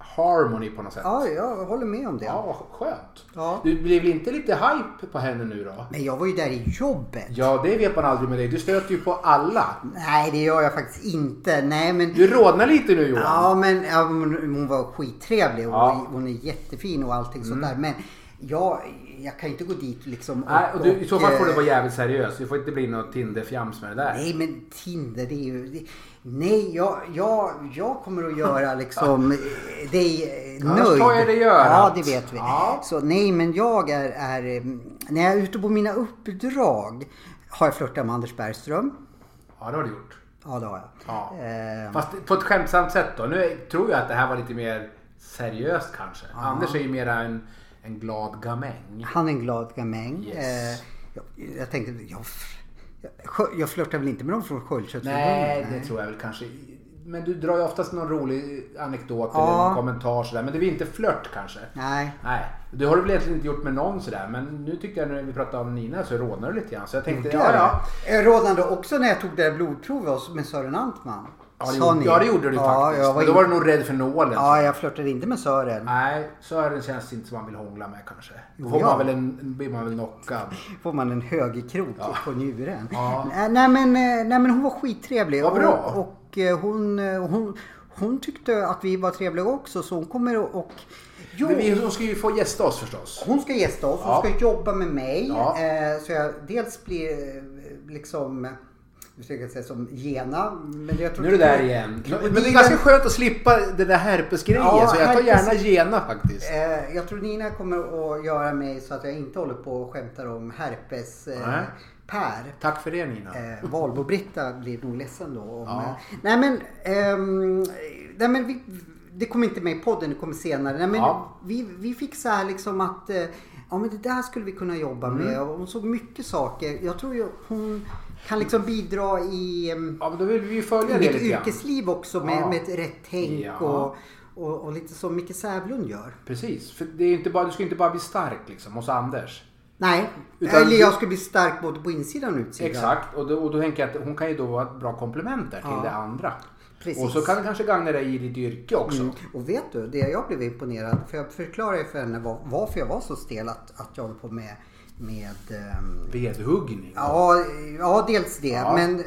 harmony på något sätt. Ja, jag håller med om det. Ja, skönt. Ja. Du blev väl inte lite hype på henne nu då? Men jag var ju där i jobbet. Ja, det vet man aldrig med dig. Du stöter ju på alla. Nej, det gör jag faktiskt inte. Nej, men... Du rodnar lite nu, Johan. Ja, men hon var skittrevlig. Hon är jättefin och allting sånt där. Men jag kan inte gå dit liksom. Nej, och i så fall får du vara jävligt seriös. Det får inte bli något Tinder-fjams med det där. Nej, men Tinder, det är ju... Nej, jag kommer att göra liksom dig nöjd. Annars tar jag det göra. Ja, det vet vi. Ja. Så nej, men jag är när jag är ute på mina uppdrag har jag flörtat med Anders Bergström. Ja, det har du gjort. Ja, det har jag. Ja. Fast på ett skämtsamt sätt då. Nu tror jag att det här var lite mer seriöst kanske. Ja. Anders är ju mera en glad gamäng. Han är en glad gamäng. Yes. Jag tänkte, jag flörtar väl inte med dem från Sköldköttsförbundet? Nej, det tror jag väl kanske. Men du drar ju oftast någon rolig anekdot eller en kommentar sådär. Men det blir inte flört kanske. Nej. Det har du väl egentligen inte gjort med någon sådär. Men nu tycker jag när vi pratar om Nina så rådnar du lite grann. Så jag tänkte, Jag rådnade också när jag tog det där blodprovet med Sören Antman. Ja, det gjorde du faktiskt. Men då var du nog rädd för nålen. Ja, jag flörtade inte med Sören. Nej, Sören känns inte som man vill hångla med kanske. Då får man väl blir man väl knockad. Får man en högerkrok på njuren. Ja. Nej, men hon var skittrevlig. Vad bra. Och hon tyckte att vi var trevliga också. Så hon kommer och... Men hon ska ju få gästa oss förstås. Hon ska gästa oss. Hon ska jobba med mig. Ja. Så jag dels blir liksom... Jag ska säga som Gena. Men jag tror nu är det där igen. Men det är ganska skönt att slippa den där herpesgrejen. Ja, så jag tar gärna Gena faktiskt. Jag tror Nina kommer att göra mig så att jag inte håller på och skämtar om herpes Per. Tack för det, Nina. Valbo-Britta blir nog ledsen då. Nej men det kommer inte med i podden, det kommer senare. Nej, men vi fick så här liksom att men det där skulle vi kunna jobba med. Och hon såg mycket saker. Jag tror ju hon kan liksom bidra i men då vill vi ju följa det lite yrkesliv också med ett rätt tänk och lite som Micke Sävlund gör. Precis, för det är inte bara, du ska inte bara bli stark liksom hos Anders. Nej, eller jag ska bli stark både på insidan och utsidan. Exakt, och då tänker jag att hon kan ju då vara ett bra komplement där till det andra. Precis. Och så kan det kanske gagna dig i ditt yrke också. Och vet du, det jag blev imponerad, för jag förklarar för henne varför jag var så stel att jag håller på med vedhuggning. Ja, dels det. Ja. Men,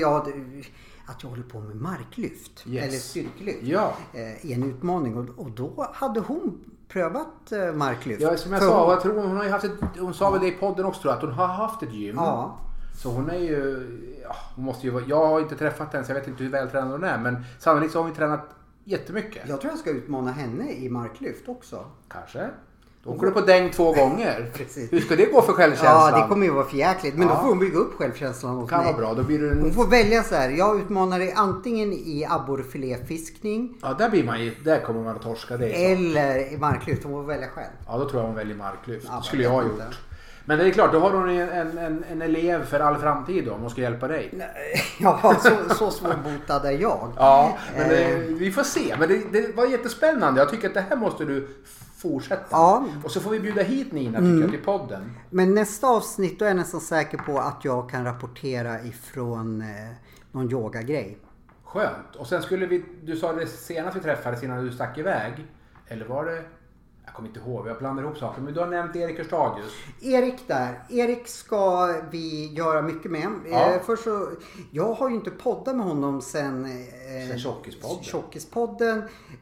att jag håller på med marklyft. Eller styrkelyft. Ja. I en utmaning. Och då hade hon prövat marklyft. Ja, som jag sa. Jag tror hon har ju haft hon sa väl det i podden också, tror jag, att hon har haft ett gym. Ja. Så hon är ju... hon måste ju jag har inte träffat henne så jag vet inte hur vältränad hon är. Men sannolikt så har hon tränat jättemycket. Jag tror jag ska utmana henne i marklyft också. Kanske. Då åker du på däng 2 gånger. Precis. Hur ska det gå för självkänslan? Ja, det kommer ju vara för jäkligt. Men då får hon bygga upp självkänslan hos mig. Kan vara bra. Då blir du hon får välja så här. Jag utmanar dig antingen i abborrfiléfiskning. Ja, där kommer man att torska det. Eller i marklyft. Hon får välja själv. Ja, då tror jag hon väljer marklyft. Det skulle jag ha gjort. Men det är klart, då har hon en elev för all framtid då, om hon ska hjälpa dig. Ja, så svårbotad är jag. Ja, men vi får se. Men det var jättespännande. Jag tycker att det här måste du fortsätta. Ja. Och så får vi bjuda hit Nina tycker jag, till podden. Men nästa avsnitt då är jag nästan säker på att jag kan rapportera ifrån någon yogagrej. Skönt. Och sen skulle du sa det senast vi träffades innan du stack iväg. Eller var det... Jag kommer inte ihåg, jag blandar ihop saker. Men du har nämnt Erik Hörstadius. Erik ska vi göra mycket med. Ja. Först så, jag har ju inte poddat med honom sen Tjockispodden.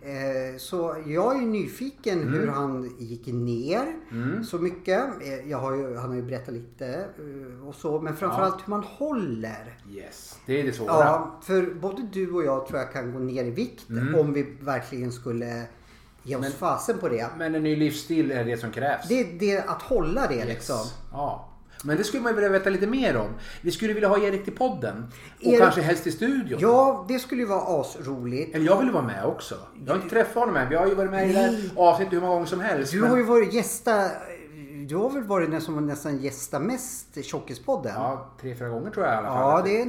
Så jag är ju nyfiken hur han gick ner så mycket. Han har ju berättat lite och så. Men framförallt hur man håller. Yes, det är det svåra. Ja, för både du och jag tror jag kan gå ner i vikt om vi verkligen skulle... Ge oss fasen på det. Men en ny livsstil är det som krävs. Det är att hålla det liksom. Ja. Men det skulle man vilja veta lite mer om. Vi skulle vilja ha Erik till podden. Och kanske helst i studion. Ja, det skulle ju vara asroligt. Eller jag vill vara med också. Jag har inte träffat honom än. Vi har ju varit med i det här avsnittet hur många gånger som helst. Du har ju varit gästa... Du har väl varit nästan gästa mest i Tjockispodden? Ja, 3-4 gånger tror jag i alla fall. Ja, det är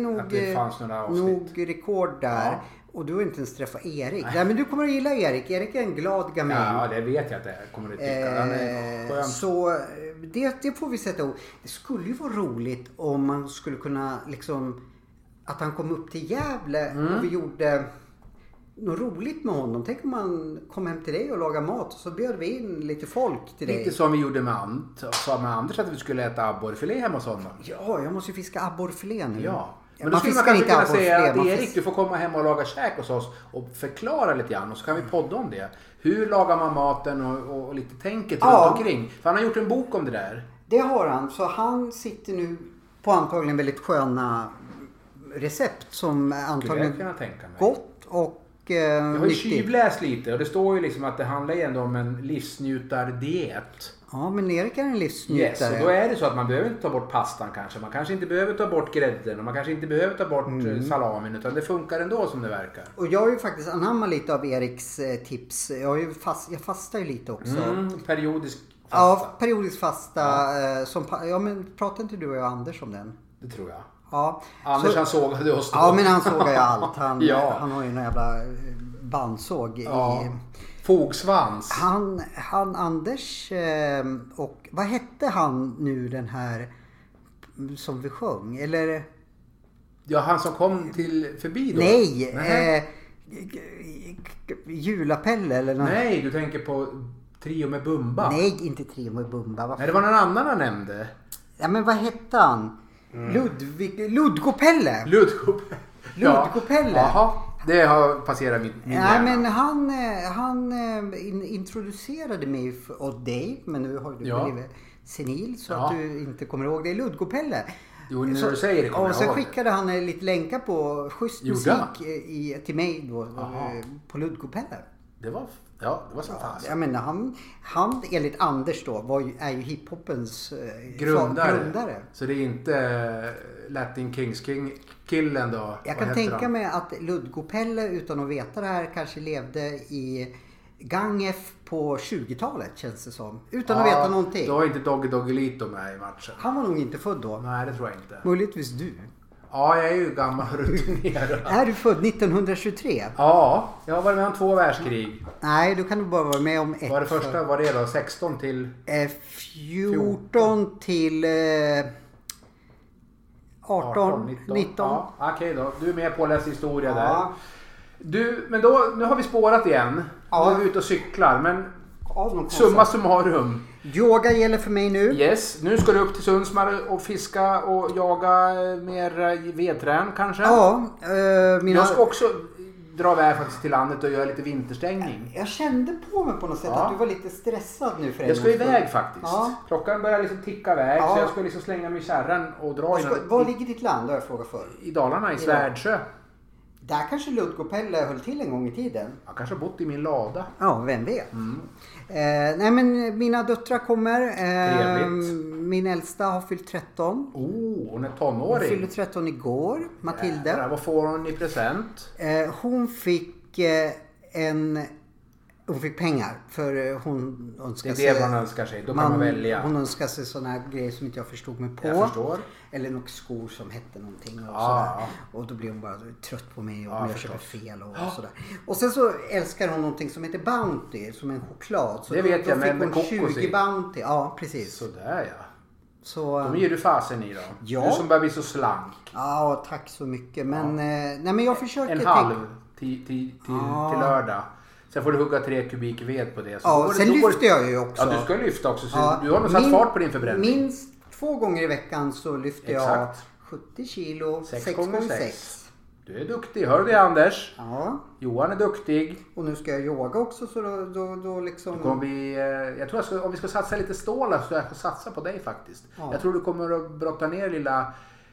nog rekord där. Ja. Och du har inte ens träffat Erik. Nej, men du kommer att gilla Erik. Erik är en glad gamin. Ja, det vet jag att det kommer att tycka. Så det får vi sätta ihop. Det skulle ju vara roligt om man skulle kunna liksom... Att han kom upp till Gävle och vi gjorde... något roligt med honom. Tänk om man kom hem till dig och lagar mat och så bjöd vi in lite folk till dig. Lite som vi gjorde med Anders att vi skulle äta abborrfilé hemma hos honom. Ja, jag måste ju fiska abborrfilé nu. Ja. Men då skulle man kanske kunna säga att Erik, du får komma hem och laga käk hos oss och förklara lite grann och så kan vi podda om det. Hur lagar man maten och lite tänket runt omkring. För han har gjort en bok om det där. Det har han. Så han sitter nu på antagligen väldigt sköna recept som antagligen gott och jag har ju tjuvläst lite och det står ju liksom att det handlar ju ändå om en livsnjutardiet. Ja, men Erik är en livsnjutare. Yes, och då är det så att man behöver inte ta bort pastan kanske. Man kanske inte behöver ta bort grädden och man kanske inte behöver ta bort salamin utan det funkar ändå som det verkar. Och jag har ju faktiskt anammat lite av Eriks tips. Jag fastar ju lite också. Periodisk fasta. Ja, periodisk fasta. Men pratar inte du och jag Anders om den? Det tror jag. Ja. Anders han sågade oss då. Ja, men han sågar ju allt. Han har ju en jävla bandsåg i... Fogsvans. Han Anders och vad hette han nu den här som vi sjöng? Eller... Ja, han som kom förbi då? Nej. Julapelle eller något. Nej, du tänker på Trio med Bumba. Nej, inte Trio med Bumba. Nej, det var någon annan han nämnde. Ja, men vad hette han? Ludgopelle. Ludgopelle. Jaha. Det har passerat min hjärna. Men han introducerade mig och dig, men nu har du blivit senil så att du inte kommer ihåg det. Ludgopelle. Jo, när du säger det kommer och sen skickade han lite länkar på schysst musik till mig då på Ludgopelle. Det var så fast. Jag menar, han enligt Anders då är ju hiphopens grundare. Så det är inte Latin Kings killen då? Jag kan tänka mig att Ludgopelle utan att veta det här kanske levde i Gangef på 20-talet känns det som. Utan att veta någonting. Då är inte Doggelito med i matchen. Han var nog inte född då. Nej, det tror jag inte. Möjligtvis du. Ja, jag är ju gammal och rutinerad. Är du född 1923? Ja, jag har varit med om 2 världskrig. Nej, du kan du bara vara med om ett. Var det första, var det då? 16 till? 14 till 18, 19. Ja, okej då. Du är med på att läsa historia där. Men nu har vi spårat igen. Nu är vi ute och cyklar, men summa summarum. Yoga gäller för mig nu. Yes, nu ska du upp till Sundsmar och fiska och jaga mer vedträn kanske. Ja. Jag ska också dra iväg faktiskt till landet och göra lite vinterstängning. Jag kände på mig på något sätt att du var lite stressad nu för jag ska iväg faktiskt. Ja. Klockan börjar liksom ticka iväg så jag ska liksom slänga mig i kärran och dra Var ligger ditt land? Har jag frågat för. I Dalarna, i Svärdsjö. Där kanske Ludgopelle höll till en gång i tiden. Jag kanske har bott i min lada. Ja, vem vet. Nej, men mina döttrar kommer. Min äldsta har fyllt 13. Hon är tonåring. Hon fyllde 13 igår, Matilda. Vad får hon i present? Hon fick hon fick pengar för hon önskar sig... Det är det man önskar sig, då kan man välja. Hon önskar sig sådana här grejer som inte jag förstod mig på. Jag förstår. Eller några skor som hette någonting och sådär. Och då blir hon bara trött på mig och jag köper fel och sådär. Och sen så älskar hon någonting som heter Bounty, som en choklad. Så det vet jag, med kokos 20 Bounty, ja precis. Sådär ja. Så, de ger du fasen i då. Ja. Du som börjar bli så slank. Ja, tack så mycket. Men, nej, men jag försöker... En halv till lördag. Sen får du hugga 3 kubik ved på det. Så sen lyfter jag ju också. Ja, du ska lyfta också. Så du har nog satt fart på din förbränning. Minst 2 gånger i veckan så lyfter jag 70 kilo 6 gånger 6. Du är duktig. Hör du det, Anders? Ja. Johan är duktig. Och nu ska jag yoga också så då liksom... Det kommer bli, jag tror om vi ska satsa lite stålar så jag ska satsa på dig faktiskt. Ja. Jag tror du kommer att brotta ner lilla...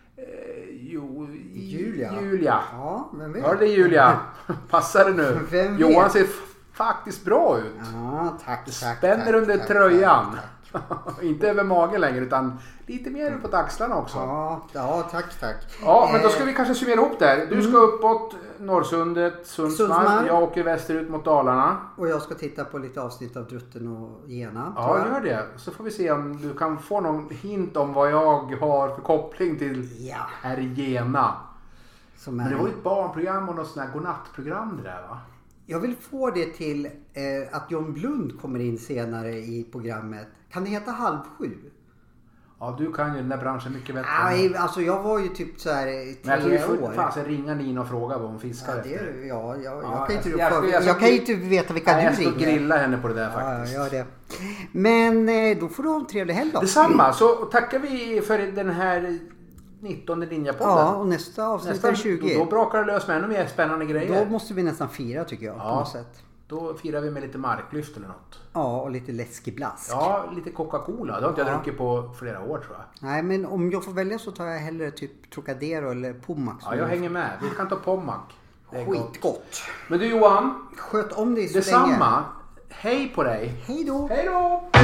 Julia. Ja, vem vet? Hör det, Julia? Passar det nu? Johan ser faktiskt bra ut. Ja, tack. Spänner under tröjan. Inte över magen längre utan lite mer på axlarna också. Ja, tack. Ja, men då ska vi kanske summera ihop där. Du ska uppåt Norrsundet, Sundsmar. Jag åker västerut mot Dalarna. Och jag ska titta på lite avsnitt av Drutten och Gena. Ja, gör det. Så får vi se om du kan få någon hint om vad jag har för koppling till här i Gena. Men det var ju ett barnprogram och något sånt här godnattprogram det där va? Jag vill få det till att John Blund kommer in senare i programmet. Kan det heta 6:30? Ja, du kan ju den där branschen mycket bättre. Nej, alltså jag var ju typ så här 3 år. Men jag tror du får fasen ringa Nina och fråga vad hon fiskar efter. Jag kan ju inte veta vilka du ringer. Jag ska grilla henne på det där faktiskt. Ja, gör det. Men då får du ha en trevlig helg då. Detsamma, så tackar vi för den här 19 Ninja-podden. Ja, och nästa avsnitt är 20. Då brakar det lös med ännu mer spännande grejer. Då måste vi nästan fira tycker jag, på något sätt. Då firar vi med lite marklyft eller något. Ja, och lite läskig blask. Ja, lite Coca-Cola. Det har inte jag druckit på flera år tror jag. Nej, men om jag får välja så tar jag hellre typ Trocadero eller Pommac. Ja, jag hänger med. Vi kan ta Pommac. Skitgott. Men du Johan. Sköt om dig så länge. Detsamma. Hej på dig. Hej då. Hej då.